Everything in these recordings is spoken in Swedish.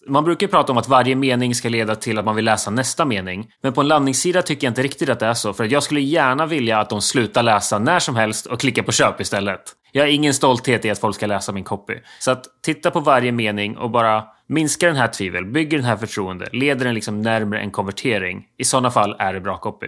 Man brukar prata om att varje mening ska leda till att man vill läsa nästa mening. Men på en landningssida tycker jag inte riktigt att det är så. För att jag skulle gärna vilja att de slutar läsa när som helst och klicka på köp istället. Jag har ingen stolthet i att folk ska läsa min copy. Så att titta på varje mening och bara minska den här tvivel, bygger den här förtroende, leder den liksom närmare en konvertering. I sådana fall är det bra copy.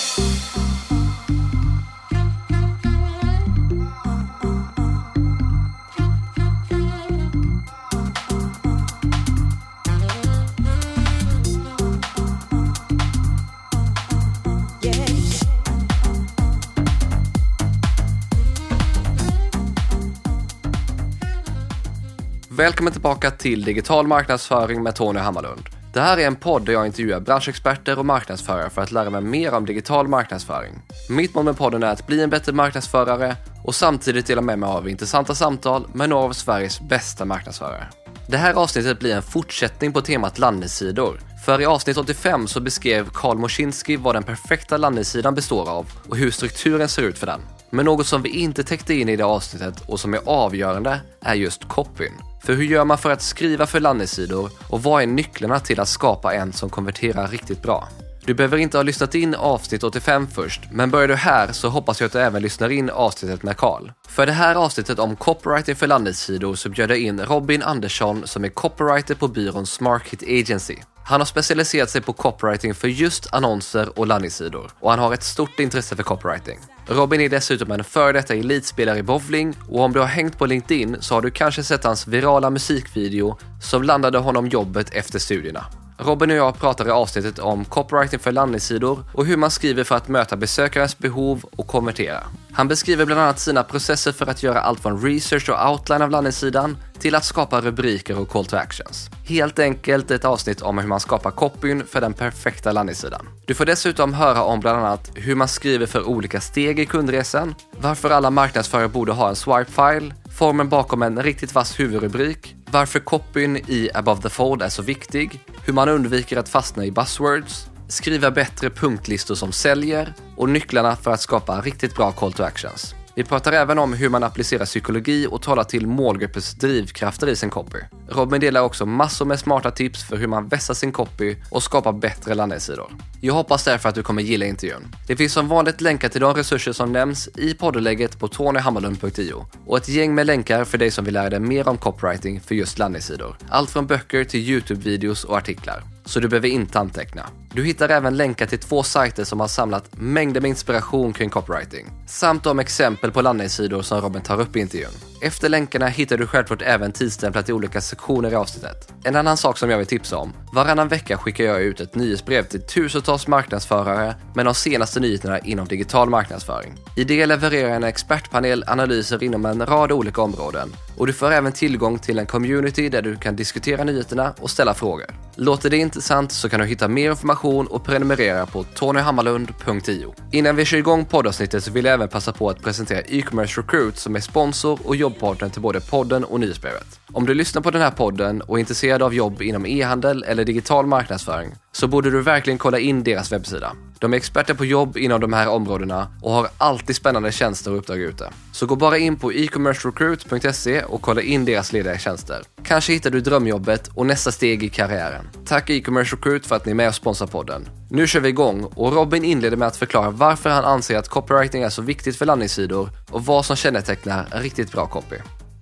Välkommen tillbaka till Digital marknadsföring med Tony Hammarlund. Det här är en podd där jag intervjuar branschexperter och marknadsförare för att lära mig mer om digital marknadsföring. Mitt mål med podden är att bli en bättre marknadsförare och samtidigt dela med mig av intressanta samtal med några av Sveriges bästa marknadsförare. Det här avsnittet blir en fortsättning på temat landningssidor. För i avsnitt 85 så beskrev Karl Moschinski vad den perfekta landningssidan består av och hur strukturen ser ut för den. Men något som vi inte täckte in i det avsnittet och som är avgörande är just copyn. För hur gör man för att skriva för landningssidor och vad är nycklarna till att skapa en som konverterar riktigt bra? Du behöver inte ha lyssnat in avsnitt 85 först, men börjar du här så hoppas jag att du även lyssnar in avsnittet med Karl. För det här avsnittet om copywriting för landningssidor så bjöd jag in Robin Andersson som är copywriter på byrån Smarkhit Agency. Han har specialiserat sig på copywriting för just annonser och landningssidor och han har ett stort intresse för copywriting. Robin är dessutom en före detta elitspelare i bowling och om du har hängt på LinkedIn så har du kanske sett hans virala musikvideo som landade honom jobbet efter studierna. Robin och jag pratar i avsnittet om copywriting för landningssidor och hur man skriver för att möta besökarens behov och konvertera. Han beskriver bland annat sina processer för att göra allt från research och outline av landningssidan till att skapa rubriker och call to actions. Helt enkelt ett avsnitt om hur man skapar copyn för den perfekta landningssidan. Du får dessutom höra om bland annat hur man skriver för olika steg i kundresan, varför alla marknadsförare borde ha en swipe-file, formen bakom en riktigt vass huvudrubrik, varför copyn i Above the Fold är så viktig, hur man undviker att fastna i buzzwords, skriva bättre punktlistor som säljer och nycklarna för att skapa riktigt bra call to actions. Vi pratar även om hur man applicerar psykologi och talar till målgruppens drivkrafter i sin copy. Robin delar också massor med smarta tips för hur man vässar sin copy och skapar bättre landningssidor. Jag hoppas därför att du kommer gilla intervjun. Det finns som vanligt länkar till de resurser som nämns i poddelägget på tonyhammarlund.io och ett gäng med länkar för dig som vill lära dig mer om copywriting för just landningssidor. Allt från böcker till YouTube-videos och artiklar. Så du behöver inte anteckna. Du hittar även länkar till 2 sajter som har samlat mängder med inspiration kring copywriting. Samt de exempel på landningssidor som Robin tar upp i intervjun. Efter länkarna hittar du självklart även tidsstämplar till olika sektioner i avsnittet. En annan sak som jag vill tipsa om. Varannan vecka skickar jag ut ett nyhetsbrev till tusentals marknadsförare med de senaste nyheterna inom digital marknadsföring. I det levererar en expertpanel analyser inom en rad olika områden. Och du får även tillgång till en community där du kan diskutera nyheterna och ställa frågor. Låter det intressant så kan du hitta mer information och prenumerera på tonyhammarlund.io. Innan vi kör igång poddavsnittet så vill jag även passa på att presentera e-commerce recruit som är sponsor och jobbpartner till både podden och nyhetsbrevet. Om du lyssnar på den här podden och är intresserad av jobb inom e-handel eller digital marknadsföring så borde du verkligen kolla in deras webbsida. De är experter på jobb inom de här områdena och har alltid spännande tjänster och uppdrag ute. Så gå bara in på e-commercerecruit.se och kolla in deras lediga tjänster. Kanske hittar du drömjobbet och nästa steg i karriären. Tack e-commerce recruit för att ni är med och sponsrar podden. Nu kör vi igång och Robin inleder med att förklara varför han anser att copywriting är så viktigt för landningssidor och vad som kännetecknar en riktigt bra copy.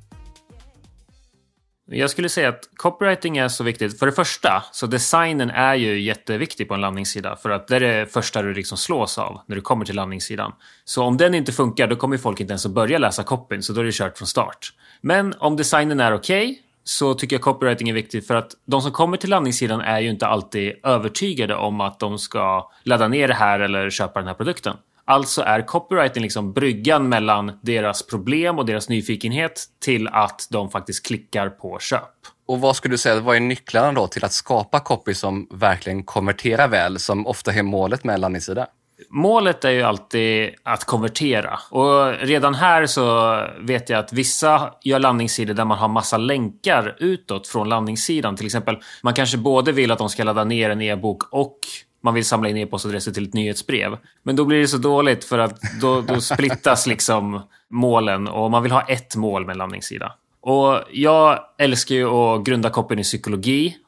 Jag skulle säga att copywriting är så viktigt. För det första, så designen är ju jätteviktig på en landningssida. För att det är det första du liksom slås av när du kommer till landningssidan. Så om den inte funkar, då kommer folk inte ens att börja läsa copyn. Så då är det kört från start. Men om designen är okej, så tycker jag copywriting är viktigt. För att de som kommer till landningssidan är ju inte alltid övertygade om att de ska ladda ner det här eller köpa den här produkten. Alltså är copywriting liksom bryggan mellan deras problem och deras nyfikenhet till att de faktiskt klickar på köp. Och vad skulle du säga, vad är nycklarna då till att skapa copy som verkligen konverterar väl, som ofta är målet med en landningssida? Målet är ju alltid att konvertera. Och redan här så vet jag att vissa gör landningssidor där man har massa länkar utåt från landningssidan. Till exempel, man kanske både vill att de ska ladda ner en e-bok och man vill samla in e-postadresser till ett nyhetsbrev. Men då blir det så dåligt för att då splittas liksom målen och man vill ha ett mål med en landningssida. Och jag älskar ju att grunda copyn i psykologi.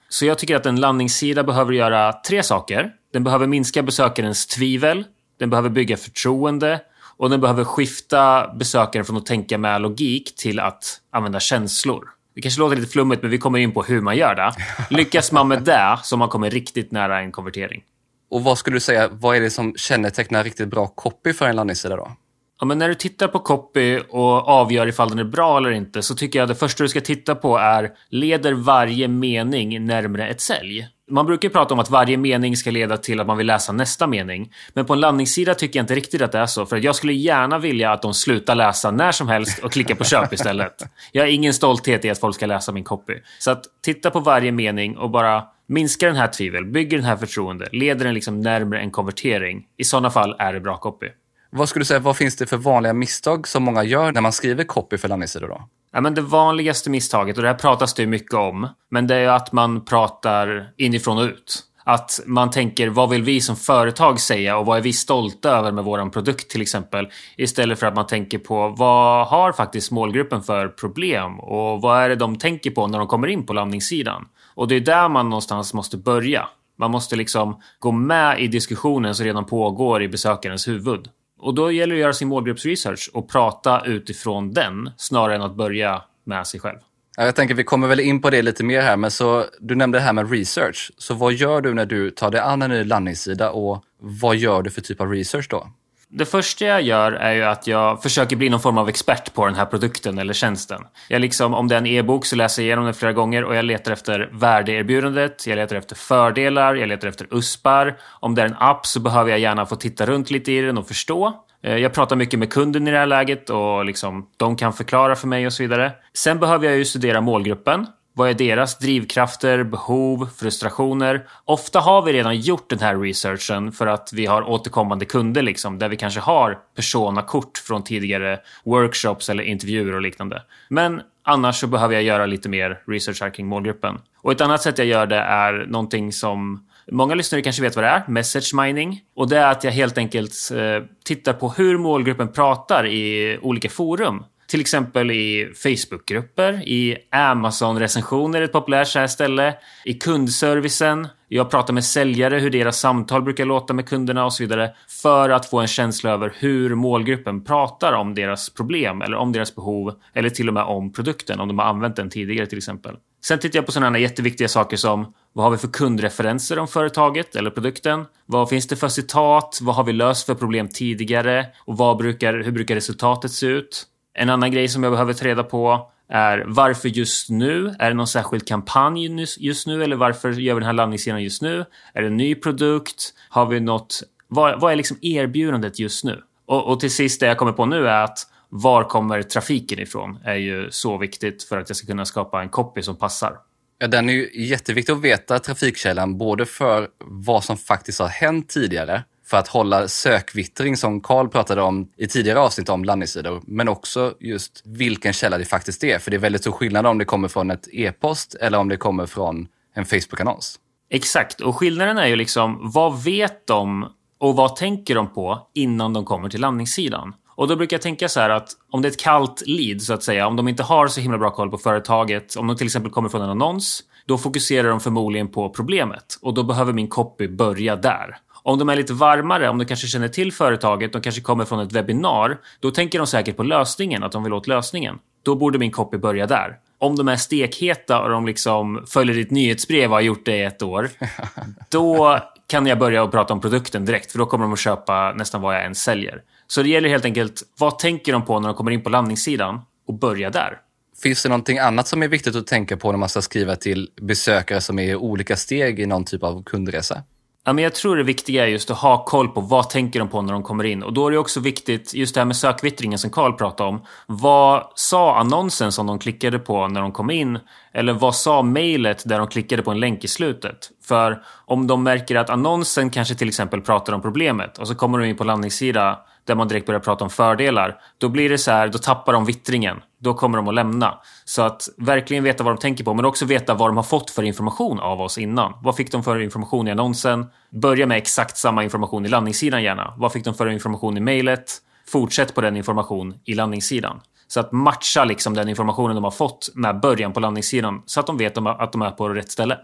Så jag tycker att en landningssida behöver göra 3 saker. Den behöver minska besökarens tvivel, den behöver bygga förtroende och den behöver skifta besökaren från att tänka med logik till att använda känslor. Det kanske låter lite flummigt, men vi kommer in på hur man gör det. Lyckas man med det så man kommer riktigt nära en konvertering. Och vad skulle du säga, vad är det som kännetecknar riktigt bra copy för en landningssida då? Ja, men när du tittar på copy och avgör ifall den är bra eller inte, så tycker jag att det första du ska titta på är: leder varje mening närmare ett sälj? Man brukar prata om att varje mening ska leda till att man vill läsa nästa mening. Men på en landningssida tycker jag inte riktigt att det är så. För jag skulle gärna vilja att de slutar läsa när som helst och klicka på köp istället. Jag har ingen stolthet i att folk ska läsa min copy. Så att titta på varje mening och bara minska den här tvivel, bygger den här förtroende, leder den liksom närmare en konvertering. I sådana fall är det bra copy. Vad skulle du säga, vad finns det för vanliga misstag som många gör när man skriver copy för landningssidor då? Ja, men det vanligaste misstaget, och det här pratas det mycket om, men det är att man pratar inifrån och ut. Att man tänker, vad vill vi som företag säga och vad är vi stolta över med våran produkt till exempel, istället för att man tänker på vad har faktiskt målgruppen för problem och vad är det de tänker på när de kommer in på landningssidan. Och det är där man någonstans måste börja. Man måste liksom gå med i diskussionen som redan pågår i besökarens huvud. Och då gäller det att göra sin målgruppsresearch och prata utifrån den snarare än att börja med sig själv. Jag tänker vi kommer väl in på det lite mer här, men så du nämnde det här med research. Så vad gör du när du tar dig an en ny landningssida och vad gör du för typ av research då? Det första jag gör är ju att jag försöker bli någon form av expert på den här produkten eller tjänsten. Jag liksom, om det är en e-bok så läser jag igenom den flera gånger och jag letar efter värdeerbjudandet, jag letar efter fördelar, jag letar efter uspar. Om det är en app så behöver jag gärna få titta runt lite i den och förstå. Jag pratar mycket med kunden i det här läget och liksom, de kan förklara för mig och så vidare. Sen behöver jag ju studera målgruppen. Vad är deras drivkrafter, behov, frustrationer? Ofta har vi redan gjort den här researchen för att vi har återkommande kunder liksom, där vi kanske har personakort från tidigare workshops eller intervjuer och liknande. Men annars så behöver jag göra lite mer research kring målgruppen. Och ett annat sätt jag gör det är någonting som många lyssnare kanske vet vad det är, message mining. Och det är att jag helt enkelt tittar på hur målgruppen pratar i olika forum. Till exempel i Facebookgrupper, i Amazon-recensioner, ett populärt så här ställe, i kundservicen. Jag pratar med säljare, hur deras samtal brukar låta med kunderna och så vidare. För att få en känsla över hur målgruppen pratar om deras problem eller om deras behov. Eller till och med om produkten, om de har använt den tidigare till exempel. Sen tittar jag på sådana här jätteviktiga saker som: vad har vi för kundreferenser om företaget eller produkten? Vad finns det för citat? Vad har vi löst för problem tidigare? Och hur brukar resultatet se ut? En annan grej som jag behöver ta reda på är: varför just nu? Är det någon särskild kampanj just nu? Eller varför gör vi den här landningssidan just nu? Är det en ny produkt? Har vi något? Vad är liksom erbjudandet just nu? Och till sist det jag kommer på nu är att var kommer trafiken ifrån? Är ju så viktigt för att jag ska kunna skapa en copy som passar. Ja, den är ju jätteviktig att veta, trafikkällan, både för vad som faktiskt har hänt tidigare, för att hålla sökvittring som Carl pratade om i tidigare avsnitt om landningssidor, men också just vilken källa det faktiskt är. För det är väldigt stor skillnad om det kommer från ett e-post eller om det kommer från en Facebook-annons. Exakt, och skillnaden är ju liksom, vad vet de och vad tänker de på innan de kommer till landningssidan? Och då brukar jag tänka så här att om det är ett kallt lead så att säga, om de inte har så himla bra koll på företaget, om de till exempel kommer från en annons, då fokuserar de förmodligen på problemet. Och då behöver min copy börja där. Om de är lite varmare, om de kanske känner till företaget, de kanske kommer från ett webbinar, då tänker de säkert på lösningen, att de vill åt lösningen. Då borde min copy börja där. Om de är stekheta och de liksom följer ditt nyhetsbrev och har gjort det i 1 år, då kan jag börja och prata om produkten direkt, för då kommer de att köpa nästan vad jag än säljer. Så det gäller helt enkelt, vad tänker de på när de kommer in på landningssidan och börja där. Finns det någonting annat som är viktigt att tänka på när man ska skriva till besökare som är i olika steg i någon typ av kundresa? Ja, men jag tror det viktiga är just att ha koll på vad tänker de på när de kommer in. Och då är det också viktigt, just det här med sökvittringen som Carl pratade om. Vad sa annonsen som de klickade på när de kom in? Eller vad sa mejlet där de klickade på en länk i slutet? För om de märker att annonsen kanske till exempel pratar om problemet och så kommer de in på landningssida där man direkt börjar prata om fördelar, då blir det så här, då tappar de vittringen. Då kommer de att lämna. Så att verkligen veta vad de tänker på, men också veta vad de har fått för information av oss innan. Vad fick de för information i annonsen? Börja med exakt samma information i landningssidan gärna. Vad fick de för information i mejlet? Fortsätt på den information i landningssidan. Så att matcha liksom den informationen de har fått med början på landningssidan, så att de vet att de är på rätt ställe.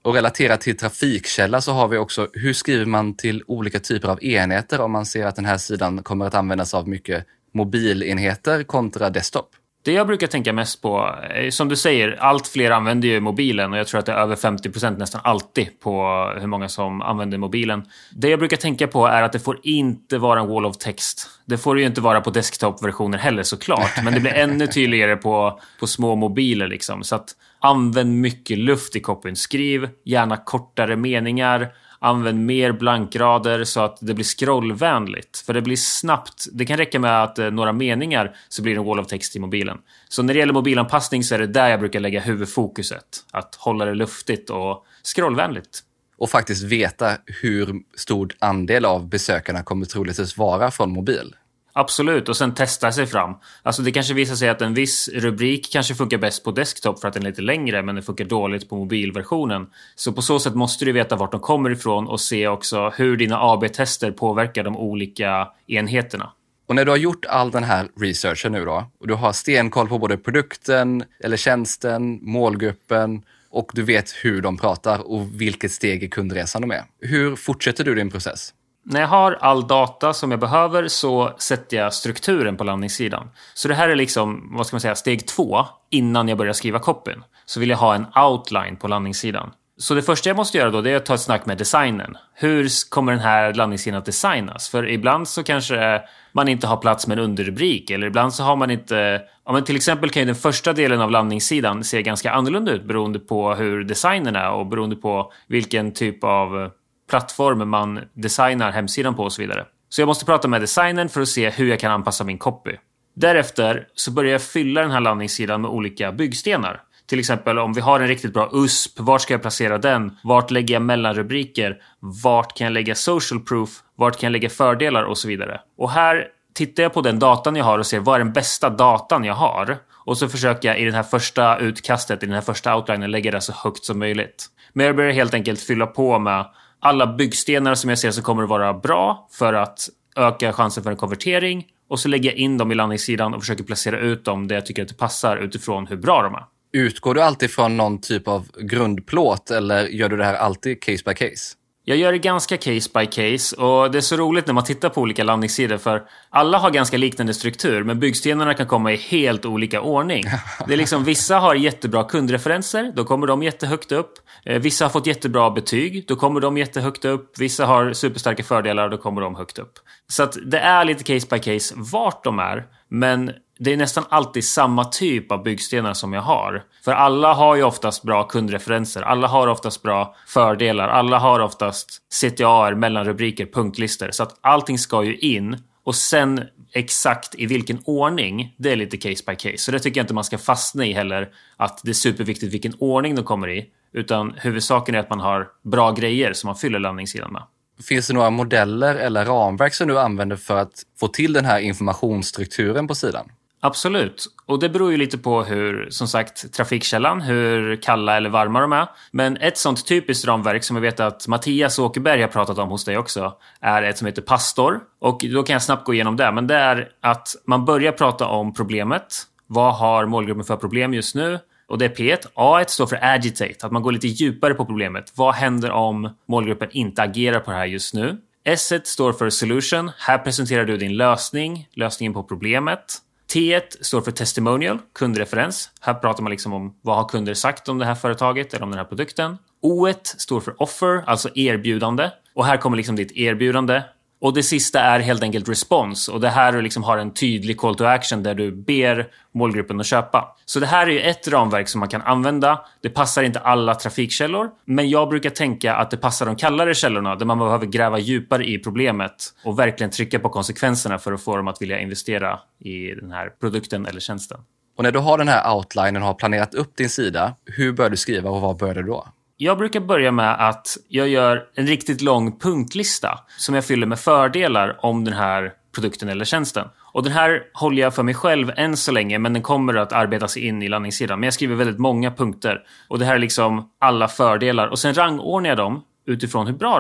Och relaterat till trafikkälla så har vi också, hur skriver man till olika typer av enheter om man ser att den här sidan kommer att användas av mycket mobilenheter kontra desktop? Det jag brukar tänka mest på, som du säger, allt fler använder ju mobilen och jag tror att det är över 50% nästan alltid på hur många som använder mobilen. Det jag brukar tänka på är att det får inte vara en wall of text. Det får ju inte vara på desktop-versioner heller såklart, men det blir ännu tydligare på små mobiler liksom. Så att använd mycket luft i copyn. Skriv gärna kortare meningar. Använd mer blankrader så att det blir scrollvänligt. För det blir snabbt. Det kan räcka med att några meningar så blir det en wall of text i mobilen. Så när det gäller mobilanpassning så är det där jag brukar lägga huvudfokuset. Att hålla det luftigt och scrollvänligt. Och faktiskt veta hur stor andel av besökarna kommer troligtvis vara från mobil. Absolut, och sen testa sig fram. Alltså det kanske visar sig att en viss rubrik kanske funkar bäst på desktop för att den är lite längre, men den funkar dåligt på mobilversionen. Så på så sätt måste du veta vart de kommer ifrån och se också hur dina AB-tester påverkar de olika enheterna. Och när du har gjort all den här researchen nu då, och du har stenkoll på både produkten eller tjänsten, målgruppen, och du vet hur de pratar och vilket steg i kundresan de är. Hur fortsätter du din process? När jag har all data som jag behöver så sätter jag strukturen på landningssidan. Så det här är liksom, vad ska man säga, steg 2 innan jag börjar skriva copyn. Så vill jag ha en outline på landningssidan. Så det första jag måste göra då det är att ta ett snack med designen. Hur kommer den här landningssidan att designas? För ibland så kanske man inte har plats med en underrubrik. Eller ibland så har man inte... Ja, men till exempel kan ju den första delen av landningssidan se ganska annorlunda ut beroende på hur designen är och beroende på vilken typ av plattform man designar hemsidan på och så vidare. Så jag måste prata med designern för att se hur jag kan anpassa min copy. Därefter så börjar jag fylla den här landningssidan med olika byggstenar. Till exempel om vi har en riktigt bra USP, vart ska jag placera den? Vart lägger jag mellanrubriker? Vart kan jag lägga social proof? Vart kan jag lägga fördelar och så vidare? Och här tittar jag på den datan jag har och ser vad är den bästa datan jag har. Och så försöker jag i den här första utkastet, i den här första outlinen lägga det så högt som möjligt. Men jag börjar helt enkelt fylla på med alla byggstenar som jag ser som kommer att vara bra för att öka chansen för en konvertering. Och så lägger jag in dem i landningssidan och försöker placera ut dem där jag tycker att det passar utifrån hur bra de är. Utgår du alltid från någon typ av grundplåt eller gör du det här alltid case by case? Jag gör det ganska case by case och det är så roligt när man tittar på olika landningssidor för alla har ganska liknande struktur men byggstenarna kan komma i helt olika ordning. Det är liksom, vissa har jättebra kundreferenser, då kommer de jättehögt upp. Vissa har fått jättebra betyg, då kommer de jättehögt upp. Vissa har superstarka fördelar, då kommer de högt upp. Så att det är lite case by case vart de är, men det är nästan alltid samma typ av byggstenar som jag har. För alla har ju oftast bra kundreferenser. Alla har oftast bra fördelar. Alla har oftast CTA:er, mellanrubriker, punktlister. Så att allting ska ju in. Och sen exakt i vilken ordning, det är lite case by case. Så det tycker jag inte man ska fastna i heller. Att det är superviktigt vilken ordning de kommer i. Utan huvudsaken är att man har bra grejer som man fyller landningssidan med. Finns det några modeller eller ramverk som du använder för att få till den här informationsstrukturen på sidan? Absolut. Och det beror ju lite på hur, som sagt, trafikkällan, hur kalla eller varma de är. Men ett sånt typiskt ramverk som jag vet att Mattias Åkerberg har pratat om hos dig också är ett som heter Pastor. Och då kan jag snabbt gå igenom det. Men det är att man börjar prata om problemet. Vad har målgruppen för problem just nu? Och det är P1. A1 står för agitate, att man går lite djupare på problemet. Vad händer om målgruppen inte agerar på det här just nu? S1 står för solution. Här presenterar du din lösningen på problemet. T1 står för testimonial, kundreferens. Här pratar man liksom om vad har kunder sagt om det här företaget eller om den här produkten. O1 står för offer, alltså erbjudande. Och här kommer liksom ditt erbjudande. Och det sista är helt enkelt response. Och det här du liksom har en tydlig call to action där du ber målgruppen att köpa. Så det här är ju ett ramverk som man kan använda. Det passar inte alla trafikkällor. Men jag brukar tänka att det passar de kallare källorna där man behöver gräva djupare i problemet. Och verkligen trycka på konsekvenserna för att få dem att vilja investera i den här produkten eller tjänsten. Och när du har den här outlinen och har planerat upp din sida, hur börjar du skriva och vad börjar du då? Jag brukar börja med att jag gör en riktigt lång punktlista som jag fyller med fördelar om den här produkten eller tjänsten. Och den här håller jag för mig själv än så länge, men den kommer att arbetas in i landningssidan. Men jag skriver väldigt många punkter och det här är liksom alla fördelar och sen rangordnar jag dem utifrån hur bra de är.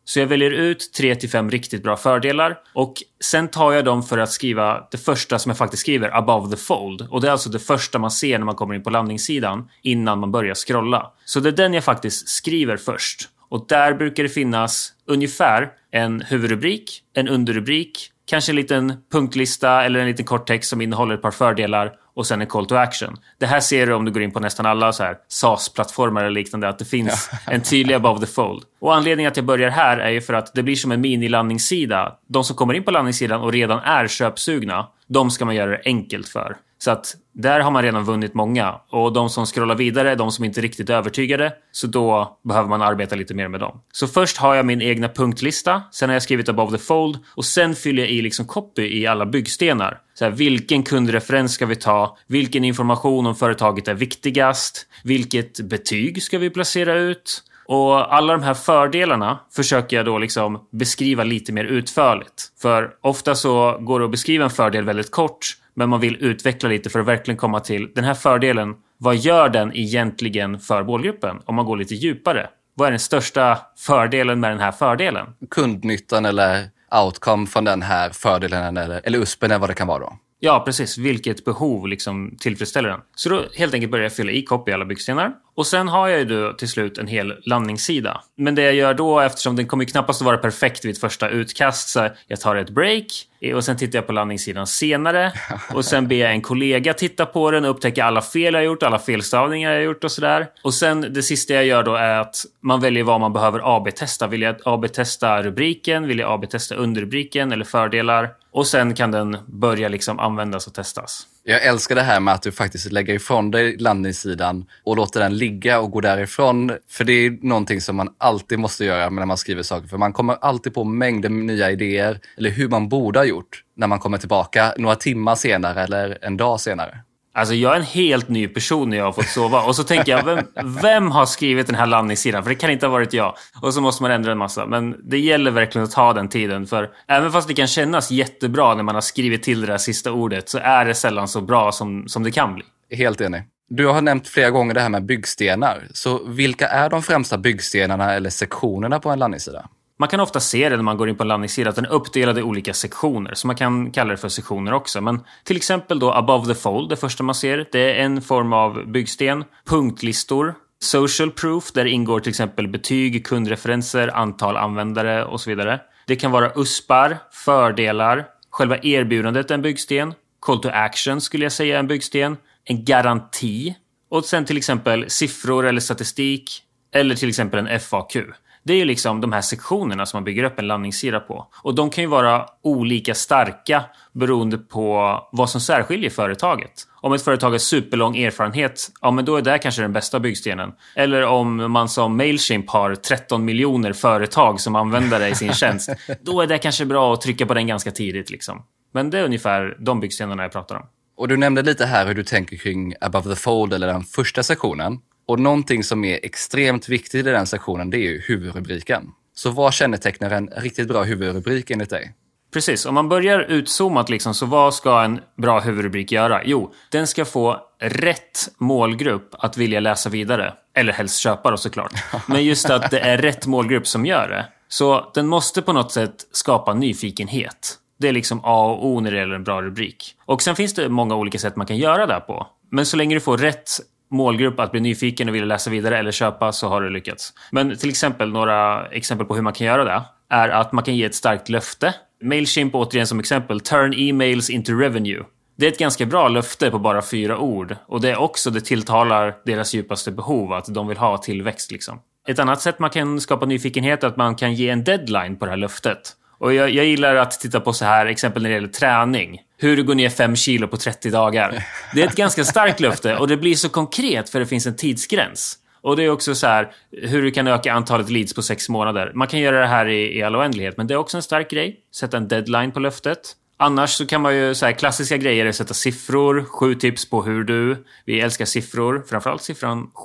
Så jag väljer ut 3-5 riktigt bra fördelar och sen tar jag dem för att skriva det första som jag faktiskt skriver, above the fold. Och det är alltså det första man ser när man kommer in på landningssidan innan man börjar scrolla. Så det är den jag faktiskt skriver först. Och där brukar det finnas ungefär en huvudrubrik, en underrubrik, kanske en liten punktlista eller en liten kort text som innehåller ett par fördelar och sen en call to action. Det här ser du om du går in på nästan alla så här SaaS-plattformar eller liknande, att det finns en tydlig above the fold. Och anledningen att jag börjar här är ju för att det blir som en mini-landningssida. De som kommer in på landningssidan och redan är köpsugna, de ska man göra det enkelt för. Så att där har man redan vunnit många. Och de som scrollar vidare, de som inte riktigt är övertygade, så då behöver man arbeta lite mer med dem. Så först har jag min egna punktlista, sen har jag skrivit above the fold och sen fyller jag i liksom copy i alla byggstenar. Så här, vilken kundreferens ska vi ta? Vilken information om företaget är viktigast? Vilket betyg ska vi placera ut? Och alla de här fördelarna försöker jag då liksom beskriva lite mer utförligt. För ofta så går det att beskriva en fördel väldigt kort, men man vill utveckla lite för att verkligen komma till den här fördelen. Vad gör den egentligen för målgruppen? Om man går lite djupare. Vad är den största fördelen med den här fördelen? Kundnyttan eller outcome från den här fördelen eller USPen eller vad det kan vara då. Ja, precis. Vilket behov liksom tillfredsställer den. Så då helt enkelt börjar jag fylla i copy i alla byggstenar. Och sen har jag ju då till slut en hel landningssida. Men det jag gör då, eftersom den kommer knappast att vara perfekt vid ett första utkast, så jag tar ett break och sen tittar jag på landningssidan senare. Och sen ber jag en kollega titta på den och upptäcka alla fel jag har gjort, alla felstavningar jag har gjort och sådär. Och sen det sista jag gör då är att man väljer vad man behöver AB-testa. Vill jag AB-testa rubriken? Vill jag AB-testa underrubriken eller fördelar? Och sen kan den börja liksom användas och testas. Jag älskar det här med att du faktiskt lägger ifrån dig landningssidan och låter den ligga och gå därifrån. För det är någonting som man alltid måste göra när man skriver saker. För man kommer alltid på mängder med nya idéer eller hur man borde ha gjort när man kommer tillbaka några timmar senare eller en dag senare. Alltså jag är en helt ny person när jag har fått sova. Och så tänker jag, vem har skrivit den här landningssidan? För det kan inte ha varit jag. Och så måste man ändra en massa. Men det gäller verkligen att ta den tiden. För även fast det kan kännas jättebra när man har skrivit till det där sista ordet, så är det sällan så bra som det kan bli. Helt enig. Du har nämnt flera gånger det här med byggstenar. Så vilka är de främsta byggstenarna eller sektionerna på en landningssida? Man kan ofta se det när man går in på en landningssida att den är uppdelad i olika sektioner. Så man kan kalla det för sektioner också. Men till exempel då above the fold, det första man ser, det är en form av byggsten. Punktlistor, social proof, där ingår till exempel betyg, kundreferenser, antal användare och så vidare. Det kan vara USPar, fördelar, själva erbjudandet är en byggsten. Call to action skulle jag säga är en byggsten. En garanti. Och sen till exempel siffror eller statistik. Eller till exempel en FAQ. Det är ju liksom de här sektionerna som man bygger upp en landningssida på. Och de kan ju vara olika starka beroende på vad som särskiljer företaget. Om ett företag har superlång erfarenhet, ja men då är det kanske den bästa byggstenen. Eller om man som Mailchimp har 13 miljoner företag som använder det i sin tjänst, då är det kanske bra att trycka på den ganska tidigt liksom. Men det är ungefär de byggstenarna jag pratar om. Och du nämnde lite här hur du tänker kring above the fold eller den första sektionen. Och någonting som är extremt viktigt i den sektionen, det är ju huvudrubriken. Så vad kännetecknar en riktigt bra huvudrubrik enligt dig? Precis, om man börjar utzoomat liksom, så vad ska en bra huvudrubrik göra? Jo, den ska få rätt målgrupp att vilja läsa vidare. Eller helst köpa då såklart. Men just att det är rätt målgrupp som gör det. Så den måste på något sätt skapa nyfikenhet. Det är liksom A och O när det gäller en bra rubrik. Och sen finns det många olika sätt man kan göra det på. Men så länge du får rätt målgrupp att bli nyfiken och vilja läsa vidare eller köpa, så har du lyckats. Men till exempel, några exempel på hur man kan göra det är att man kan ge ett starkt löfte. Mailchimp återigen som exempel, turn emails into revenue. Det är ett ganska bra löfte på bara 4 ord. Och det är också, det tilltalar deras djupaste behov, att de vill ha tillväxt liksom. Ett annat sätt man kan skapa nyfikenhet är att man kan ge en deadline på det här löftet. Och jag gillar att titta på så här exempel när det gäller träning. Hur du går ner 5 kilo på 30 dagar. Det är ett ganska starkt löfte och det blir så konkret för det finns en tidsgräns. Och det är också så här hur du kan öka antalet leads på 6 månader. Man kan göra det här i all oändlighet, men det är också en stark grej. Sätta en deadline på löftet. Annars så kan man ju så här klassiska grejer, sätta siffror, 7 tips på hur vi älskar siffror, framförallt siffran 7.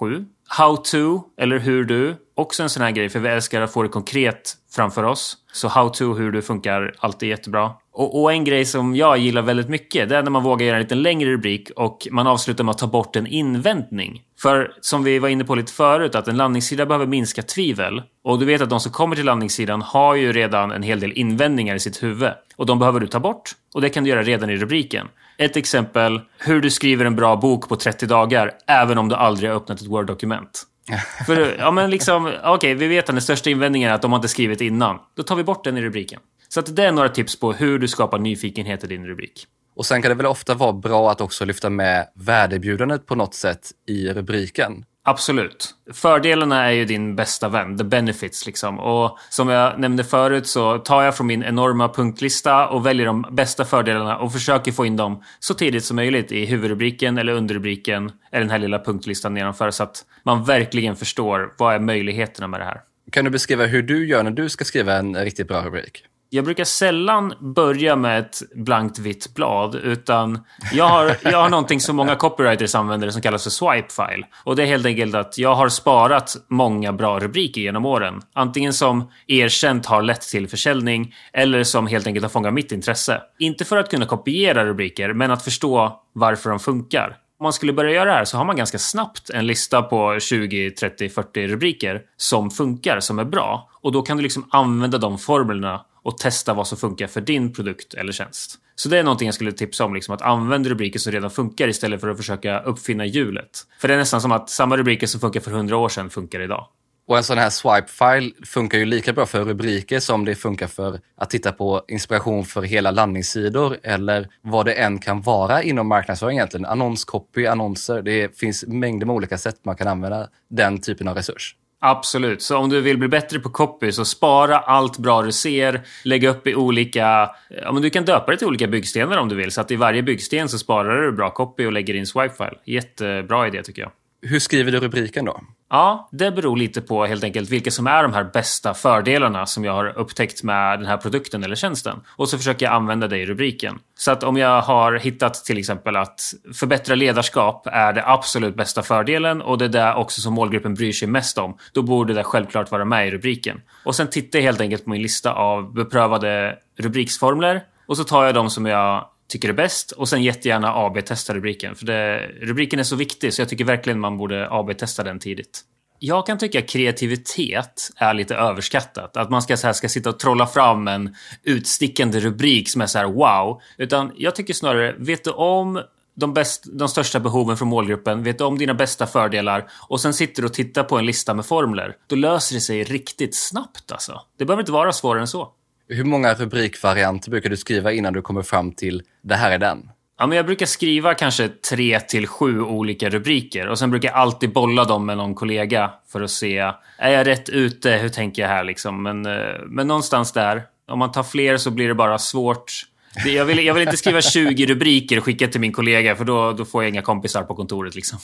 how to eller hur du, också en sån här grej för vi älskar att få det konkret framför oss. Så how to, hur du funkar alltid jättebra. Och en grej som jag gillar väldigt mycket, det är när man vågar göra en lite längre rubrik och man avslutar med att ta bort en invändning. För som vi var inne på lite förut, att en landningssida behöver minska tvivel. Och du vet att de som kommer till landningssidan har ju redan en hel del invändningar i sitt huvud. Och de behöver du ta bort. Och det kan du göra redan i rubriken. Ett exempel, hur du skriver en bra bok på 30 dagar även om du aldrig har öppnat ett Word-dokument. För, ja men liksom, okej, vi vet att den största invändningen är att de har inte skrivit innan. Då tar vi bort den i rubriken. Så att det är några tips på hur du skapar nyfikenhet i din rubrik. Och sen kan det väl ofta vara bra att också lyfta med värdebjudandet på något sätt i rubriken. Absolut. Fördelarna är ju din bästa vän, the benefits liksom. Och som jag nämnde förut så tar jag från min enorma punktlista och väljer de bästa fördelarna och försöker få in dem så tidigt som möjligt i huvudrubriken eller underrubriken eller den här lilla punktlistan nedanför så att man verkligen förstår vad är möjligheterna med det här. Kan du beskriva hur du gör när du ska skriva en riktigt bra rubrik? Jag brukar sällan börja med ett blankt vitt blad utan jag har någonting som många copywriters använder som kallas för swipe file. Och det är helt enkelt att jag har sparat många bra rubriker genom åren. Antingen som erkänt har lett till försäljning eller som helt enkelt har fångat mitt intresse. Inte för att kunna kopiera rubriker men att förstå varför de funkar. Om man skulle börja göra det här så har man ganska snabbt en lista på 20, 30, 40 rubriker som funkar, som är bra. Och då kan du liksom använda de formlerna och testa vad som funkar för din produkt eller tjänst. Så det är någonting jag skulle tipsa om, liksom, att använda rubriker som redan funkar istället för att försöka uppfinna hjulet. För det är nästan som att samma rubriker som funkar för 100 år sedan funkar idag. Och en sån här swipe-file funkar ju lika bra för rubriker som det funkar för att titta på inspiration för hela landningssidor eller vad det än kan vara inom marknadsföring egentligen. Annonscopy, annonser, det finns mängder med olika sätt man kan använda den typen av resurs. Absolut, så om du vill bli bättre på copy så spara allt bra du ser, lägga upp i olika, ja men du kan döpa det till olika byggstenar om du vill, så att i varje byggsten så sparar du bra copy och lägger in swipe-file. Jättebra idé tycker jag. Hur skriver du rubriken då? Ja, det beror lite på helt enkelt vilka som är de här bästa fördelarna som jag har upptäckt med den här produkten eller tjänsten. Och så försöker jag använda det i rubriken. Så att om jag har hittat till exempel att förbättra ledarskap är det absolut bästa fördelen och det är det också som målgruppen bryr sig mest om, då borde det självklart vara med i rubriken. Och sen tittar jag helt enkelt på min lista av beprövade rubriksformler och så tar jag de som jag tycker är bäst och sen jättegärna AB-testa rubriken. För rubriken är så viktig så jag tycker verkligen man borde AB-testa den tidigt. Jag kan tycka att kreativitet är lite överskattat. Att man ska sitta och trolla fram en utstickande rubrik som är så här wow. Utan jag tycker snarare, vet du om de största behoven från målgruppen, vet du om dina bästa fördelar och sen sitter du och tittar på en lista med formler, då löser det sig riktigt snabbt alltså. Det behöver inte vara svårare än så. Hur många rubrikvarianter brukar du skriva innan du kommer fram till det här är den? Ja, men jag brukar skriva kanske 3 till 7 olika rubriker och sen brukar jag alltid bolla dem med någon kollega för att se, är jag rätt ute, hur tänker jag här liksom? Men någonstans där, om man tar fler så blir det bara svårt. Jag vill inte skriva 20 rubriker och skicka till min kollega för då får jag inga kompisar på kontoret liksom.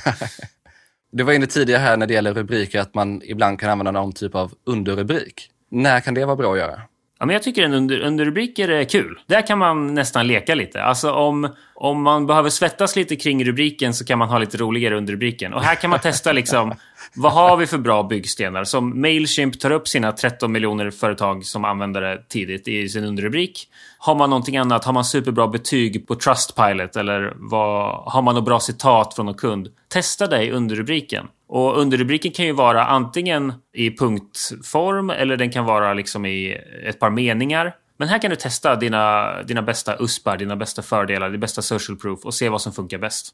Du var inne tidigare här när det gäller rubriker att man ibland kan använda någon typ av underrubrik. När kan det vara bra att göra? Ja, men jag tycker en underrubriker är kul. Där kan man nästan leka lite. Alltså om man behöver svettas lite kring rubriken så kan man ha lite roligare under rubriken. Och här kan man testa liksom, vad har vi för bra byggstenar? Som Mailchimp tar upp sina 13 miljoner företag som använder det tidigt i sin underrubrik. Har man någonting annat? Har man superbra betyg på Trustpilot? Eller har man något bra citat från någon kund? Testa det i underrubriken. Och underrubriken kan ju vara antingen i punktform eller den kan vara liksom i ett par meningar. Men här kan du testa dina bästa USPar, dina bästa fördelar, din bästa social proof och se vad som funkar bäst.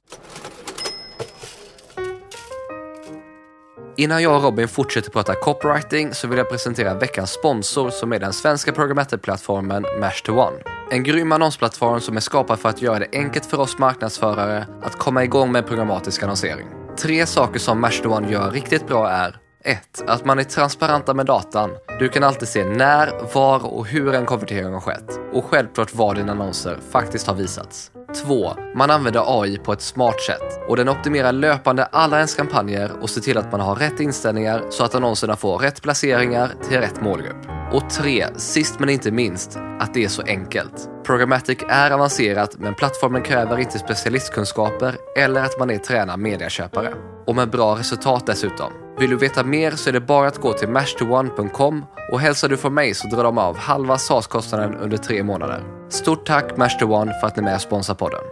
Innan jag och Robin fortsätter prata copywriting så vill jag presentera veckans sponsor som är den svenska programmatic-plattformen Mash2One. En grym annonsplattform som är skapad för att göra det enkelt för oss marknadsförare att komma igång med programmatisk annonsering. 3 saker som Mash2One gör riktigt bra är 1. Att man är transparenta med datan. Du kan alltid se när, var och hur en konvertering har skett. Och självklart var dina annonser faktiskt har visats. 2. Man använder AI på ett smart sätt. Och den optimerar löpande alla ens kampanjer och ser till att man har rätt inställningar så att annonserna får rätt placeringar till rätt målgrupp. Och 3, sist men inte minst, att det är så enkelt. Programmatic är avancerat, men plattformen kräver inte specialistkunskaper eller att man är tränad medieköpare. Och med bra resultat dessutom. Vill du veta mer så är det bara att gå till mash2one.com och hälsar du från mig så drar de av halva SaaS-kostnaden under 3 månader. Stort tack Mash2one för att ni är med och sponsrar podden.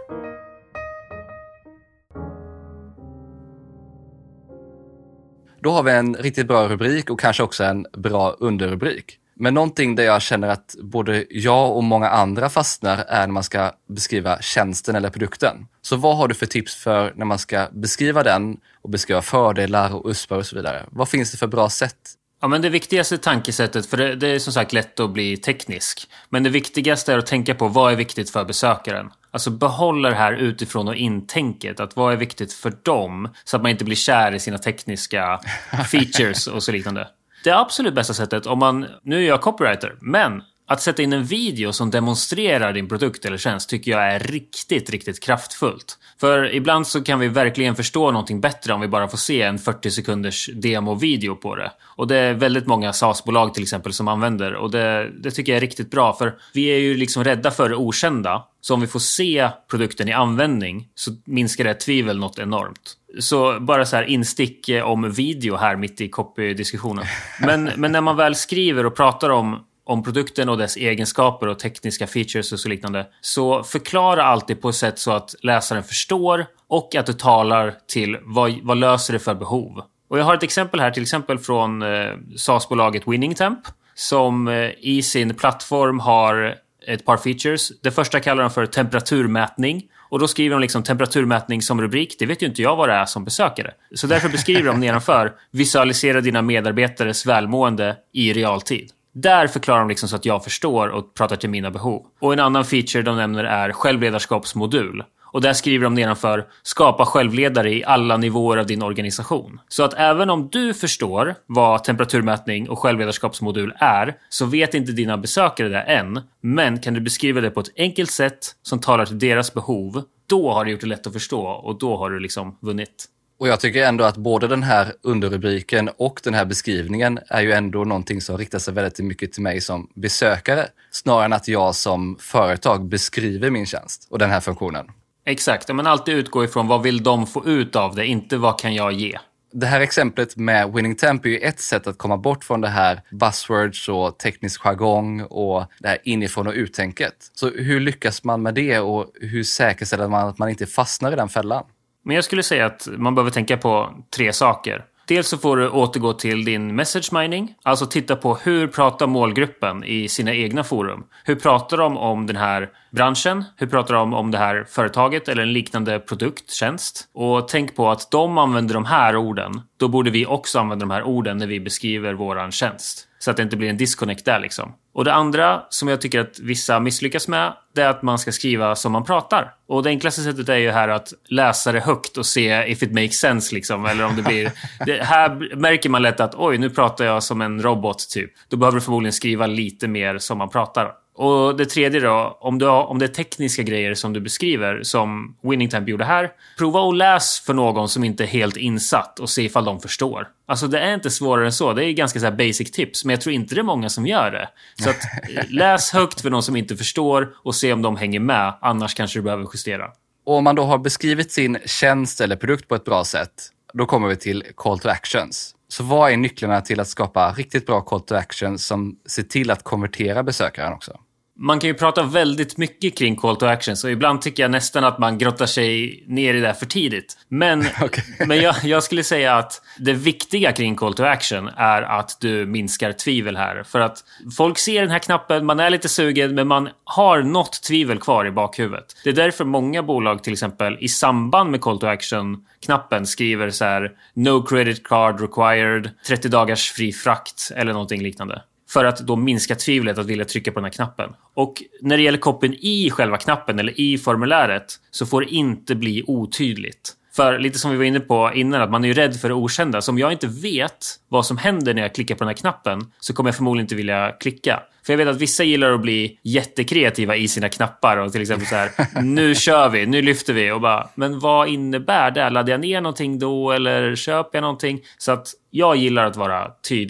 Då har vi en riktigt bra rubrik och kanske också en bra underrubrik. Men någonting där jag känner att både jag och många andra fastnar är när man ska beskriva tjänsten eller produkten. Så vad har du för tips för när man ska beskriva den och beskriva fördelar och uspar och så vidare? Vad finns det för bra sätt? Ja, men det viktigaste tankesättet, för det är som sagt lätt att bli teknisk. Men det viktigaste är att tänka på vad är viktigt för besökaren. Alltså behålla det här utifrån och intänket. Att vad är viktigt för dem så att man inte blir kär i sina tekniska features och så liknande. Det absolut bästa sättet om man, nu är jag copywriter, men att sätta in en video som demonstrerar din produkt eller tjänst tycker jag är riktigt, riktigt kraftfullt. För ibland så kan vi verkligen förstå någonting bättre om vi bara får se en 40 sekunders demo-video på det. Och det är väldigt många SaaS-bolag till exempel som använder. Och det tycker jag är riktigt bra, för vi är ju liksom rädda för det okända. Så om vi får se produkten i användning så minskar det tvivel något enormt. Så bara så här instick om video här mitt i copy-diskussionen. Men när man väl skriver och pratar om produkten och dess egenskaper och tekniska features och så liknande, så förklara alltid på ett sätt så att läsaren förstår och att du talar till vad löser det för behov. Och jag har ett exempel här, till exempel från SaaS-bolaget WinningTemp, som i sin plattform har ett par features. Det första kallar de för temperaturmätning. Och då skriver de liksom temperaturmätning som rubrik. Det vet ju inte jag vad det är som besökare. Så därför beskriver de nedanför: visualisera dina medarbetares välmående i realtid. Där förklarar de liksom så att jag förstår och pratar till mina behov. Och en annan feature de nämner är självledarskapsmodul. Och där skriver de nedanför: skapa självledare i alla nivåer av din organisation. Så att även om du förstår vad temperaturmätning och självledarskapsmodul är, så vet inte dina besökare det än. Men kan du beskriva det på ett enkelt sätt som talar till deras behov, då har du gjort det lätt att förstå och då har du liksom vunnit. Och jag tycker ändå att både den här underrubriken och den här beskrivningen är ju ändå någonting som riktar sig väldigt mycket till mig som besökare, snarare än att jag som företag beskriver min tjänst och den här funktionen. Exakt, men alltid utgå ifrån vad vill de få ut av det, inte vad kan jag ge. Det här exemplet med WinningTemp är ju ett sätt att komma bort från det här buzzwords och teknisk jargong och det här inifrån och uttänket. Så hur lyckas man med det och hur säkerställer man att man inte fastnar i den fällan? Men jag skulle säga att man behöver tänka på 3 saker. Dels så får du återgå till din message mining. Alltså titta på hur pratar målgruppen i sina egna forum. Hur pratar de om den här branschen? Hur pratar de om det här företaget eller en liknande produkt, tjänst? Och tänk på att de använder de här orden. Då borde vi också använda de här orden när vi beskriver våran tjänst. Så att det inte blir en disconnect där liksom. Och det andra som jag tycker att vissa misslyckas med, det är att man ska skriva som man pratar. Och det enklaste sättet är ju här att läsa det högt och se if it makes sense liksom. Eller om det blir... här märker man lätt att oj, nu pratar jag som en robot typ. Då behöver du förmodligen skriva lite mer som man pratar. Och det tredje då, om det är tekniska grejer som du beskriver, som WinningTemp gjorde här, prova att läs för någon som inte är helt insatt och se ifall de förstår. Alltså det är inte svårare än så, det är ganska så här basic tips, men jag tror inte det är många som gör det. Så att läs högt för någon som inte förstår och se om de hänger med, annars kanske du behöver justera. Och om man då har beskrivit sin tjänst eller produkt på ett bra sätt, då kommer vi till call to actions. Så vad är nycklarna till att skapa riktigt bra call to actions som ser till att konvertera besökaren också? Man kan ju prata väldigt mycket kring call to actions och ibland tycker jag nästan att man grottar sig ner i det för tidigt. Men, men jag skulle säga att det viktiga kring call to action är att du minskar tvivel här. För att folk ser den här knappen, man är lite sugen, men man har något tvivel kvar i bakhuvudet. Det är därför många bolag till exempel i samband med call to action-knappen skriver så här: no credit card required, 30 dagars fri frakt eller någonting liknande. För att då minska tvivlet att vilja trycka på den här knappen. Och när det gäller copyn i själva knappen eller i formuläret så får det inte bli otydligt. För lite som vi var inne på innan, att man är ju rädd för det okända. Så om jag inte vet vad som händer när jag klickar på den här knappen så kommer jag förmodligen inte vilja klicka. För jag vet att vissa gillar att bli jättekreativa i sina knappar och till exempel så här: nu kör vi, nu lyfter vi och bara, men vad innebär det? Laddar jag ner någonting då eller köper jag någonting? Så att jag gillar att vara tydlig.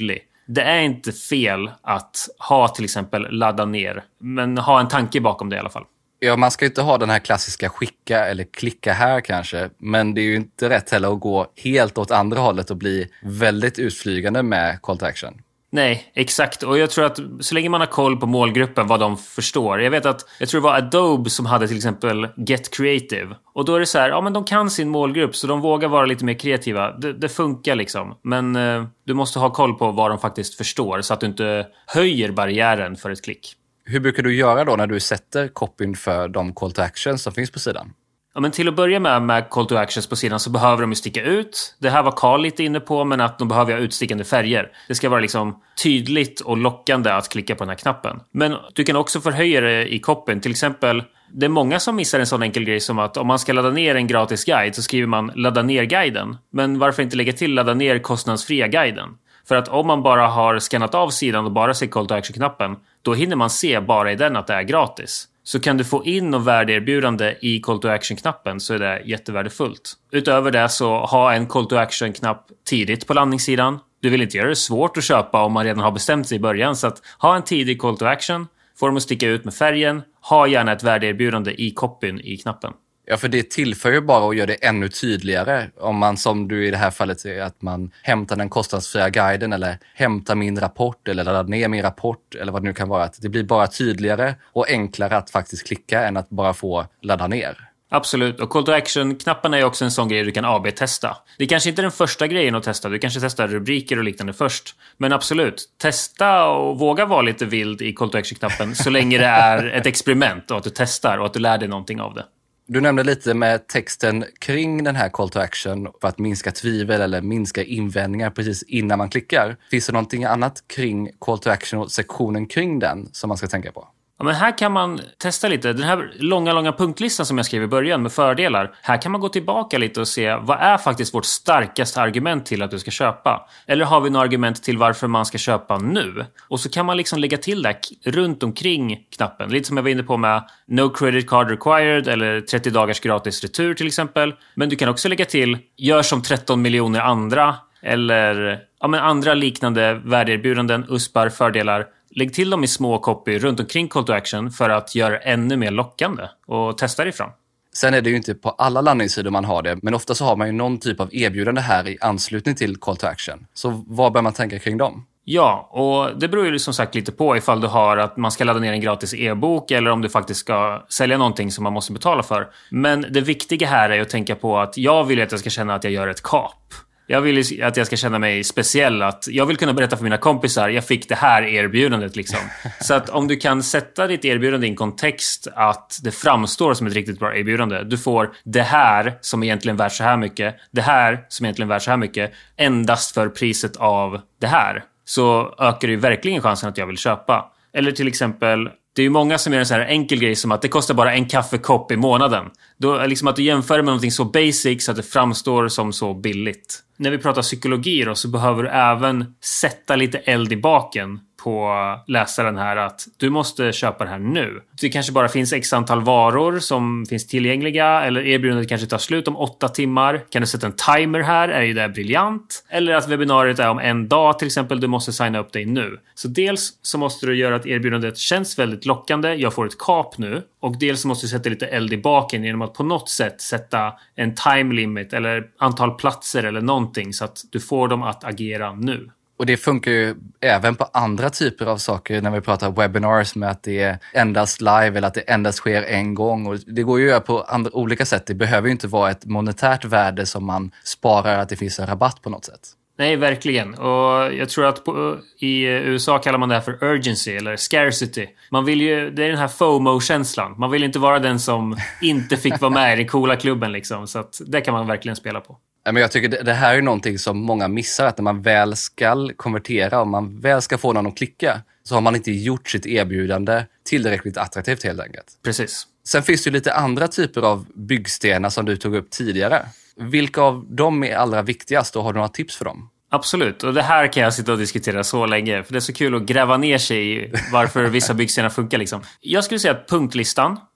det är inte fel att ha till exempel ladda ner, men ha en tanke bakom det i alla fall. Ja, man ska inte ha den här klassiska skicka eller klicka här kanske, men det är ju inte rätt heller att gå helt åt andra hållet och bli väldigt utflygande med call to action. Nej, exakt. Och jag tror att så länge man har koll på målgruppen, vad de förstår. Jag tror det var Adobe som hade till exempel Get Creative. Och då är det så här, ja men de kan sin målgrupp så de vågar vara lite mer kreativa. Det funkar liksom. Men du måste ha koll på vad de faktiskt förstår så att du inte höjer barriären för ett klick. Hur brukar du göra då när du sätter copyn för de call to actions som finns på sidan? Ja, men till att börja med call to actions på sidan så behöver de ju sticka ut. Det här var Carl lite inne på, men att de behöver ha utstickande färger. Det ska vara liksom tydligt och lockande att klicka på den här knappen. Men du kan också förhöja det i copyn. Till exempel, det är många som missar en sån enkel grej som att om man ska ladda ner en gratis guide så skriver man ladda ner guiden. Men varför inte lägga till ladda ner kostnadsfria guiden? För att om man bara har skannat av sidan och bara ser call to action-knappen, då hinner man se bara i den att det är gratis. Så kan du få in och värdeerbjudande i call to action-knappen så är det jättevärdefullt. Utöver det så ha en call to action-knapp tidigt på landningssidan. Du vill inte göra det svårt att köpa om man redan har bestämt sig i början. Så att ha en tidig call to action, få dem att sticka ut med färgen, ha gärna ett värdeerbjudande i copyn i knappen. Ja, för det tillför ju bara och gör det ännu tydligare. Om man som du i det här fallet säger att man hämtar den kostnadsfria guiden eller hämtar min rapport eller laddar ner min rapport eller vad det nu kan vara. Att det blir bara tydligare och enklare att faktiskt klicka än att bara få ladda ner. Absolut, och call to action-knappen är ju också en sån grej du kan AB-testa. Det är kanske inte den första grejen att testa, du kanske testar rubriker och liknande först. Men absolut, testa och våga vara lite vild i call to action-knappen så länge det är ett experiment och att du testar och att du lär dig någonting av det. Du nämnde lite med texten kring den här call to action för att minska tvivel eller minska invändningar precis innan man klickar. Finns det någonting annat kring call to action och sektionen kring den som man ska tänka på? Ja, men här kan man testa lite. Den här långa punktlistan som jag skrev i början med fördelar. Här kan man gå tillbaka lite och se vad är faktiskt vårt starkaste argument till att du ska köpa. Eller har vi några argument till varför man ska köpa nu? Och så kan man liksom lägga till det runt omkring knappen. Lite som jag var inne på med No credit card required eller 30 dagars gratis retur till exempel. Men du kan också lägga till gör som 13 miljoner andra eller andra liknande värdeerbjudanden, USPar, fördelar. Lägg till dem i små copy runt omkring call to action för att göra ännu mer lockande och testa det fram. Sen är det ju inte på alla landningssidor man har det, men ofta så har man ju någon typ av erbjudande här i anslutning till call to action. Så vad bör man tänka kring dem? Ja, och det beror ju som sagt lite på ifall du har att man ska ladda ner en gratis e-bok eller om du faktiskt ska sälja någonting som man måste betala för. Men det viktiga här är att tänka på att jag vill att jag ska känna att jag gör ett kap. Jag vill att jag ska känna mig speciell, att jag vill kunna berätta för mina kompisar jag fick det här erbjudandet liksom. Så att om du kan sätta ditt erbjudande i en kontext att det framstår som ett riktigt bra erbjudande. Du får det här som egentligen värt så här mycket, det här som egentligen värt så här mycket endast för priset av det här. Så ökar det ju verkligen chansen att jag vill köpa. Eller till exempel, det är ju många som gör en så här enkel grej som att det kostar bara en kaffekopp i månaden. Då liksom att du jämför med någonting så basic så att det framstår som så billigt. När vi pratar psykologi då, så behöver du även sätta lite eld i baken på läsaren här att du måste köpa det här nu. Det kanske bara finns x antal varor som finns tillgängliga eller erbjudandet kanske tar slut om 8 timmar. Kan du sätta en timer här? Är ju det briljant? Eller att webbinariet är om en dag till exempel. Du måste signa upp dig nu. Så dels så måste du göra att erbjudandet känns väldigt lockande. Jag får ett kap nu. Och dels så måste du sätta lite eld i baken genom att på något sätt sätta en time limit eller antal platser eller någonting så att du får dem att agera nu. Och det funkar ju även på andra typer av saker när vi pratar webinars med att det är endast live eller att det endast sker en gång. Och det går ju att göra på andra, olika sätt. Det behöver ju inte vara ett monetärt värde som man sparar att det finns en rabatt på något sätt. Nej, verkligen. Och jag tror att i USA kallar man det här för urgency eller scarcity. Man vill ju, det är den här FOMO-känslan. Man vill inte vara den som inte fick vara med i den coola klubben liksom. Så att det kan man verkligen spela på. Men jag tycker det här är någonting som många missar, att när man väl ska konvertera och man väl ska få någon att klicka så har man inte gjort sitt erbjudande tillräckligt attraktivt helt enkelt. Precis. Sen finns det ju lite andra typer av byggstenar som du tog upp tidigare. Vilka av dem är allra viktigast och har du några tips för dem? Absolut, och det här kan jag sitta och diskutera så länge för det är så kul att gräva ner sig i varför vissa byggstenar funkar liksom. Jag skulle säga att punktlistan,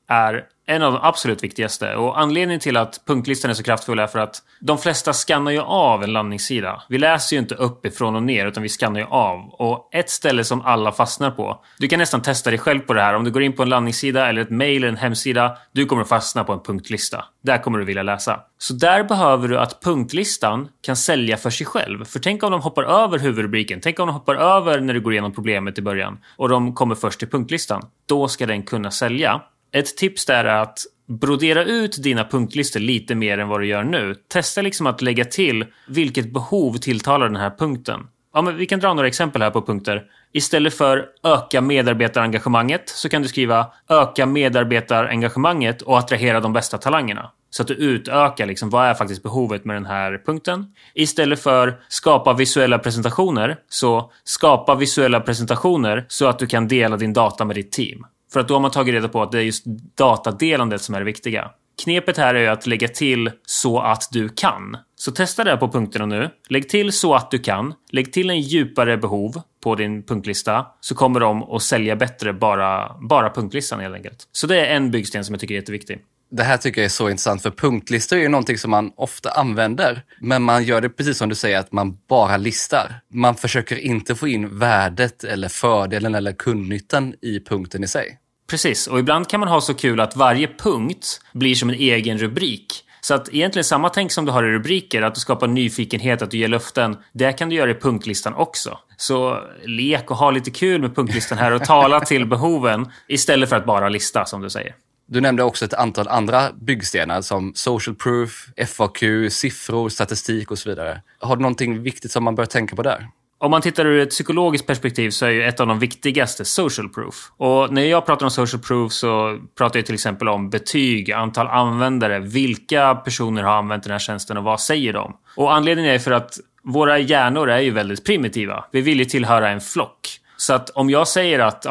är en av de absolut viktigaste. Och anledningen till att punktlistan är så kraftfull är för att de flesta skannar ju av en landningssida. Vi läser ju inte uppifrån och ner utan vi skannar ju av. Och ett ställe som alla fastnar på. Du kan nästan testa dig själv på det här. Om du går in på en landningssida eller ett mejl eller en hemsida. Du kommer att fastna på en punktlista. Där kommer du vilja läsa. Så där behöver du att punktlistan kan sälja för sig själv. För tänk om de hoppar över huvudrubriken. Tänk om de hoppar över när du går igenom problemet i början. Och de kommer först till punktlistan. Då ska den kunna sälja. Ett tips där är att brodera ut dina punktlistor lite mer än vad du gör nu. Testa liksom att lägga till vilket behov tilltalar den här punkten. Ja, men vi kan dra några exempel här på punkter. Istället för öka medarbetarengagemanget så kan du skriva öka medarbetarengagemanget och attrahera de bästa talangerna. Så att du utökar liksom, vad är faktiskt behovet med den här punkten. Istället för skapa visuella presentationer så skapa visuella presentationer så att du kan dela din data med ditt team. För att då har man tagit reda på att det är just datadelandet som är det viktiga. Knepet här är ju att lägga till så att du kan. Så testa det här på punkterna nu. Lägg till så att du kan. Lägg till en djupare behov på din punktlista. Så kommer de att sälja bättre bara punktlistan helt enkelt. Så det är en byggsten som jag tycker är jätteviktig. Det här tycker jag är så intressant, för punktlistor är ju någonting som man ofta använder. Men man gör det precis som du säger, att man bara listar. Man försöker inte få in värdet eller fördelen eller kundnyttan i punkten i sig. Precis, och ibland kan man ha så kul att varje punkt blir som en egen rubrik. Så att egentligen samma tänk som du har i rubriker, att du skapar nyfikenhet, att du ger löften, det kan du göra i punktlistan också. Så lek och ha lite kul med punktlistan här och tala till behoven istället för att bara lista som du säger. Du nämnde också ett antal andra byggstenar som social proof, FAQ, siffror, statistik och så vidare. Har du någonting viktigt som man bör tänka på där? Om man tittar ur ett psykologiskt perspektiv så är ju ett av de viktigaste social proof. Och när jag pratar om social proof så pratar jag till exempel om betyg, antal användare, vilka personer har använt den här tjänsten och vad säger de? Och anledningen är för att våra hjärnor är ju väldigt primitiva. Vi vill ju tillhöra en flock. Så att om jag säger att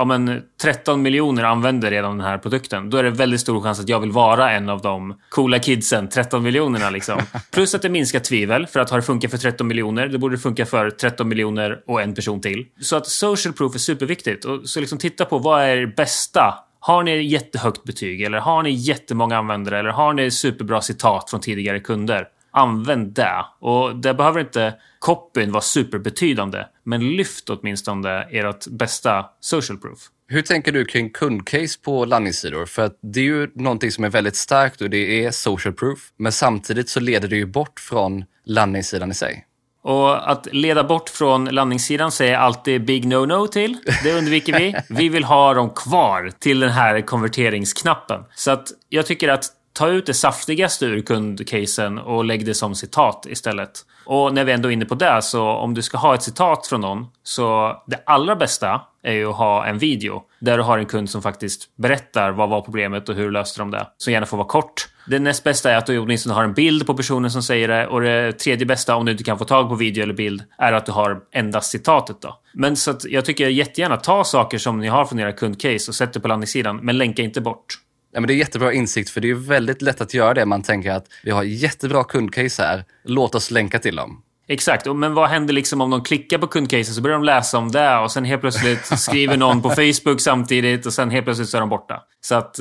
13 miljoner använder redan den här produkten, då är det väldigt stor chans att jag vill vara en av de coola kidsen, 13 miljonerna liksom. Plus att det minskar tvivel, för att har det funkat för 13 miljoner, det borde det funka för 13 miljoner och en person till. Så att social proof är superviktigt. Och så liksom titta på vad är det bästa. Har ni jättehögt betyg, eller har ni jättemånga användare, eller har ni superbra citat från tidigare kunder? Använd det. Och det behöver inte copyn vara superbetydande, men lyft åtminstone ert bästa social proof. Hur tänker du kring kundcase på landningssidor? För att det är ju någonting som är väldigt starkt och det är social proof. Men samtidigt så leder det ju bort från landningssidan i sig. Och att leda bort från landningssidan säger alltid big no-no till. Det undviker vi. Vi vill ha dem kvar till den här konverteringsknappen. Så att jag tycker att ta ut det saftigaste ur kundcasen och lägg det som citat istället. Och när vi ändå är inne på det, så om du ska ha ett citat från någon, så det allra bästa är ju att ha en video där du har en kund som faktiskt berättar vad var problemet och hur löste de det. Så gärna får vara kort. Det näst bästa är att du åtminstone har en bild på personen som säger det. Och det tredje bästa, om du inte kan få tag på video eller bild, är att du har endast citatet då. Men så att jag tycker jättegärna ta saker som ni har från era kundcase och sätt det på landningssidan, men länka inte bort. Ja, men det är jättebra insikt, för det är väldigt lätt att göra det. Man tänker att vi har jättebra kundcase här, låt oss länka till dem. Exakt, men vad händer liksom om de klickar på kundcasen, så börjar de läsa om det och sen helt plötsligt skriver någon på Facebook samtidigt och sen helt plötsligt så är de borta. Så att,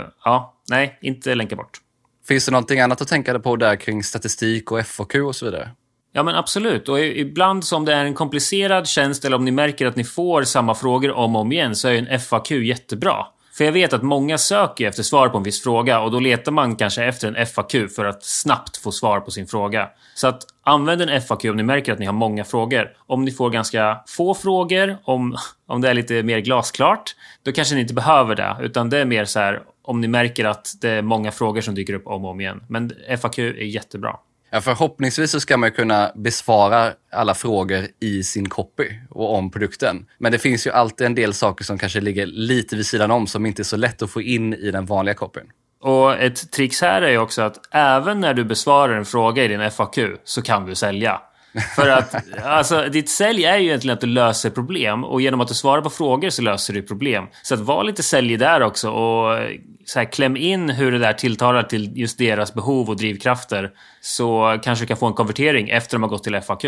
nej, inte länka bort. Finns det någonting annat att tänka på där kring statistik och FAQ och så vidare? Ja, men absolut. Och ibland som det är en komplicerad tjänst eller om ni märker att ni får samma frågor om och om igen, så är en FAQ jättebra. För jag vet att många söker efter svar på en viss fråga och då letar man kanske efter en FAQ för att snabbt få svar på sin fråga. Så att använd en FAQ om ni märker att ni har många frågor. Om ni får ganska få frågor, om det är lite mer glasklart, då kanske ni inte behöver det. Utan det är mer så här om ni märker att det är många frågor som dyker upp om och om igen. Men FAQ är jättebra. Ja, förhoppningsvis så ska man kunna besvara alla frågor i sin copy och om produkten. Men det finns ju alltid en del saker som kanske ligger lite vid sidan om som inte är så lätt att få in i den vanliga copyn. Och ett trix här är ju också att även när du besvarar en fråga i din FAQ så kan du sälja. För att alltså, ditt sälj är ju egentligen att du löser problem, och genom att du svarar på frågor så löser du problem. Så att var lite sälj där också och så här, kläm in hur det där tilltalar till just deras behov och drivkrafter, så kanske du kan få en konvertering efter de har gått till FAQ.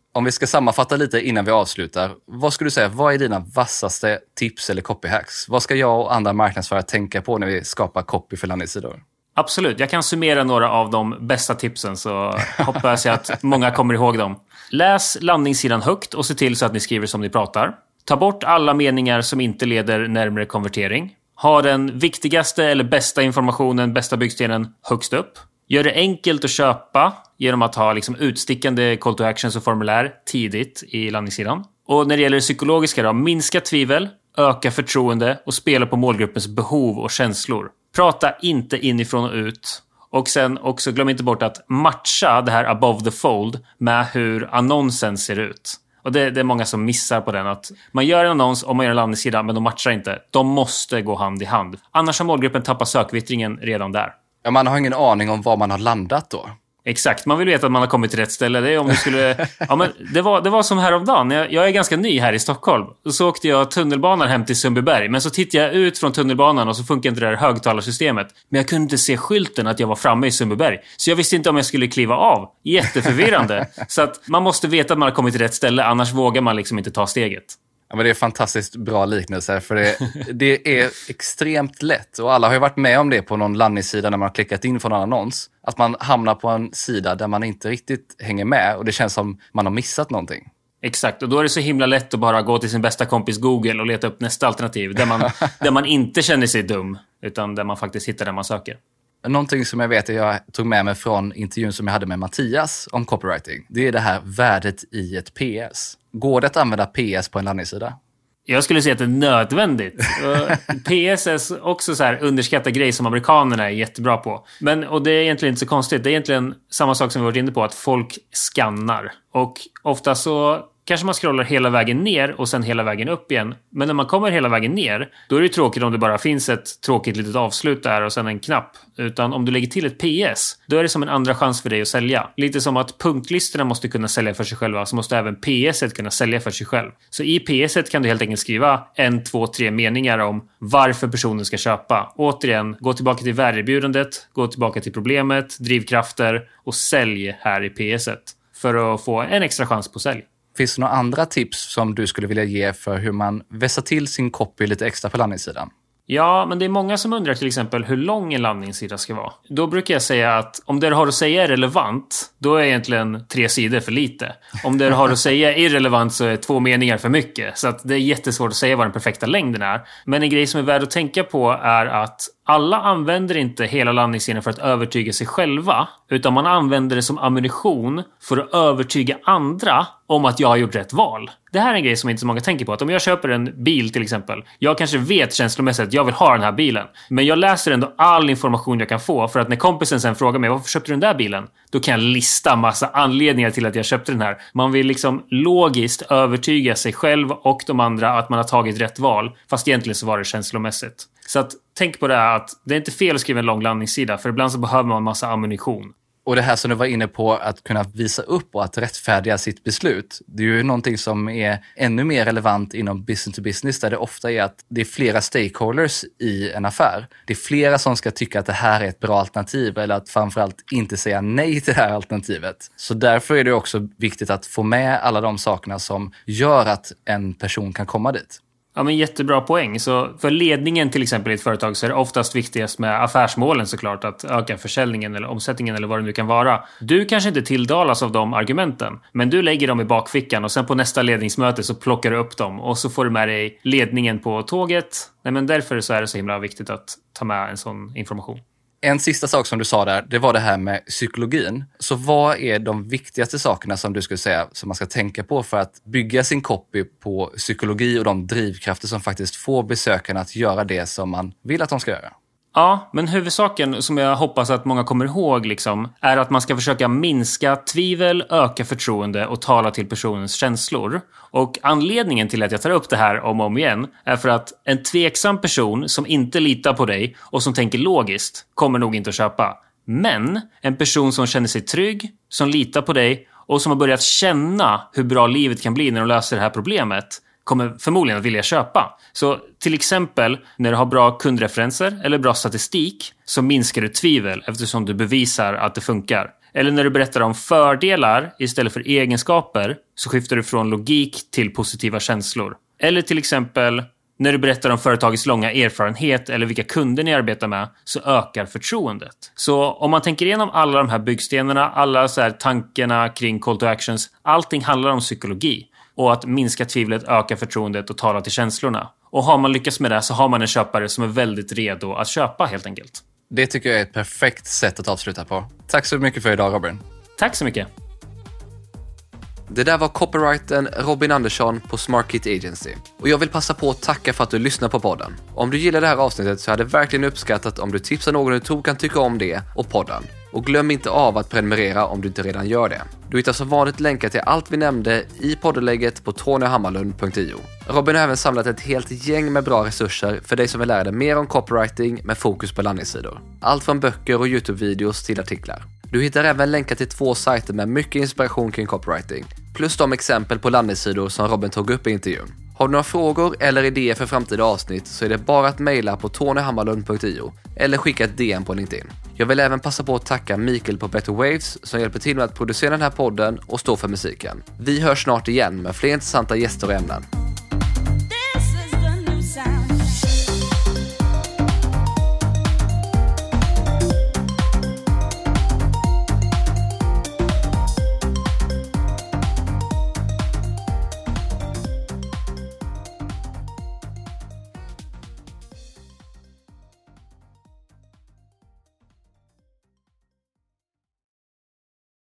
Om vi ska sammanfatta lite innan vi avslutar, vad skulle du säga, vad är dina vassaste tips eller copyhacks? Vad ska jag och andra marknadsförare tänka på när vi skapar copy för landningssidor? Absolut, jag kan summera några av de bästa tipsen så hoppas jag att många kommer ihåg dem. Läs landningssidan högt och se till så att ni skriver som ni pratar. Ta bort alla meningar som inte leder närmare konvertering. Ha den viktigaste eller bästa informationen, bästa byggstenen högst upp. Gör det enkelt att köpa genom att ha liksom utstickande call to actions och formulär tidigt i landningssidan. Och när det gäller det psykologiska då, minska tvivel, öka förtroende och spela på målgruppens behov och känslor. Prata inte inifrån och ut. Och sen också glöm inte bort att matcha det här above the fold med hur annonsen ser ut. Och det är många som missar på den. Att man gör en annons och man gör en landningssida men de matchar inte. De måste gå hand i hand. Annars har målgruppen tappat sökvittringen redan där. Ja, man har ingen aning om var man har landat då. Exakt, man vill veta att man har kommit till rätt ställe. Det är om du skulle... Ja, men det var som häromdagen. Jag är ganska ny här i Stockholm. Så åkte jag tunnelbanan hem till Sundbyberg. Men så tittade jag ut från tunnelbanan och så funkar inte det här högtalarsystemet. Men jag kunde inte se skylten att jag var framme i Sundbyberg. Så jag visste inte om jag skulle kliva av. Jätteförvirrande. Så att man måste veta att man har kommit till rätt ställe. Annars vågar man liksom inte ta steget. Ja, men det är fantastiskt bra liknelse för det är extremt lätt och alla har ju varit med om det på någon landningssida när man har klickat in från en annons. Att man hamnar på en sida där man inte riktigt hänger med och det känns som man har missat någonting. Exakt, och då är det så himla lätt att bara gå till sin bästa kompis Google och leta upp nästa alternativ där man inte känner sig dum utan där man faktiskt hittar det man söker. Någonting som jag vet att jag tog med mig från intervjun som jag hade med Mattias om copywriting, det är det här värdet i ett PS. Går det att använda PS på en landningssida? Jag skulle säga att det är nödvändigt. PS är också så här underskattad grej som amerikanerna är jättebra på. Och det är egentligen inte så konstigt. Det är egentligen samma sak som vi varit inne på, att folk skannar. Och ofta så kanske man scrollar hela vägen ner och sen hela vägen upp igen. Men när man kommer hela vägen ner, då är det tråkigt om det bara finns ett tråkigt litet avslut där och sen en knapp. Utan om du lägger till ett PS, då är det som en andra chans för dig att sälja. Lite som att punktlistorna måste kunna sälja för sig själva, så måste även PS kunna sälja för sig själv. Så i PS kan du helt enkelt skriva 1, 2, 3 meningar om varför personen ska köpa. Återigen, gå tillbaka till värdeerbjudandet, gå tillbaka till problemet, drivkrafter och sälj här i PS för att få en extra chans på sälj. Finns det några andra tips som du skulle vilja ge för hur man vässar till sin copy lite extra på landningssidan? Ja, men det är många som undrar till exempel hur lång en landningssida ska vara. Då brukar jag säga att om det du har att säga är relevant, då är egentligen 3 sidor för lite. Om det du har att säga är irrelevant så är 2 meningar för mycket. Så att det är jättesvårt att säga vad den perfekta längden är. Men en grej som är värd att tänka på är att alla använder inte hela landningssidan för att övertyga sig själva, utan man använder det som ammunition för att övertyga andra om att jag har gjort rätt val. Det här är en grej som inte så många tänker på. Att om jag köper en bil till exempel, jag kanske vet känslomässigt att jag vill ha den här bilen. Men jag läser ändå all information jag kan få, för att när kompisen sen frågar mig varför köpte du den där bilen? Då kan jag lista massa anledningar till att jag köpte den här. Man vill liksom logiskt övertyga sig själv och de andra att man har tagit rätt val, fast egentligen så var det känslomässigt. Så att tänk på det här, att det är inte fel att skriva en lång landningssida, för ibland så behöver man en massa ammunition. Och det här som du var inne på, att kunna visa upp och att rättfärdiga sitt beslut. Det är ju någonting som är ännu mer relevant inom business to business, där det ofta är att det är flera stakeholders i en affär. Det är flera som ska tycka att det här är ett bra alternativ, eller att framförallt inte säga nej till det här alternativet. Så därför är det också viktigt att få med alla de sakerna som gör att en person kan komma dit. Ja, men jättebra poäng. Så för ledningen till exempel i ett företag så är det oftast viktigast med affärsmålen såklart, att öka försäljningen eller omsättningen eller vad det nu kan vara. Du kanske inte tilldalas av de argumenten, men du lägger dem i bakfickan och sen på nästa ledningsmöte så plockar du upp dem och så får du med dig ledningen på tåget. Nej, men därför så är det så himla viktigt att ta med en sån information. En sista sak som du sa där, det var det här med psykologin. Så vad är de viktigaste sakerna som du skulle säga som man ska tänka på för att bygga sin copy på psykologi och de drivkrafter som faktiskt får besökarna att göra det som man vill att de ska göra? Ja, men huvudsaken som jag hoppas att många kommer ihåg liksom, är att man ska försöka minska tvivel, öka förtroende och tala till personens känslor. Och anledningen till att jag tar upp det här om och om igen är för att en tveksam person som inte litar på dig och som tänker logiskt kommer nog inte att köpa. Men en person som känner sig trygg, som litar på dig och som har börjat känna hur bra livet kan bli när de löser det här problemet kommer förmodligen att vilja köpa. Så till exempel när du har bra kundreferenser eller bra statistik så minskar du tvivel eftersom du bevisar att det funkar. Eller när du berättar om fördelar istället för egenskaper så skiftar du från logik till positiva känslor. Eller till exempel när du berättar om företagets långa erfarenhet eller vilka kunder ni arbetar med så ökar förtroendet. Så om man tänker igenom alla de här byggstenarna, alla så här tankarna kring call to actions, allting handlar om psykologi. Och att minska tvivlet, öka förtroendet och tala till känslorna. Och har man lyckats med det så har man en köpare som är väldigt redo att köpa helt enkelt. Det tycker jag är ett perfekt sätt att avsluta på. Tack så mycket för idag, Robin. Tack så mycket. Det där var copywritern Robin Andersson på SmartKit Agency. Och jag vill passa på att tacka för att du lyssnar på podden. Om du gillar det här avsnittet så hade jag verkligen uppskattat om du tipsar någon du tror kan tycka om det och podden. Och glöm inte av att prenumerera om du inte redan gör det. Du hittar som vanligt länkar till allt vi nämnde i poddlägget på tonyhammarlund.io. Robin har även samlat ett helt gäng med bra resurser för dig som vill lära dig mer om copywriting med fokus på landningssidor. Allt från böcker och YouTube-videos till artiklar. Du hittar även länkar till 2 sajter med mycket inspiration kring copywriting, plus de exempel på landningssidor som Robin tog upp i intervjun. Har du några frågor eller idéer för framtida avsnitt så är det bara att mejla på tonyhammarlund.io eller skicka ett DM på LinkedIn. Jag vill även passa på att tacka Mikael på Better Waves som hjälper till med att producera den här podden och stå för musiken. Vi hörs snart igen med fler intressanta gäster och ämnen.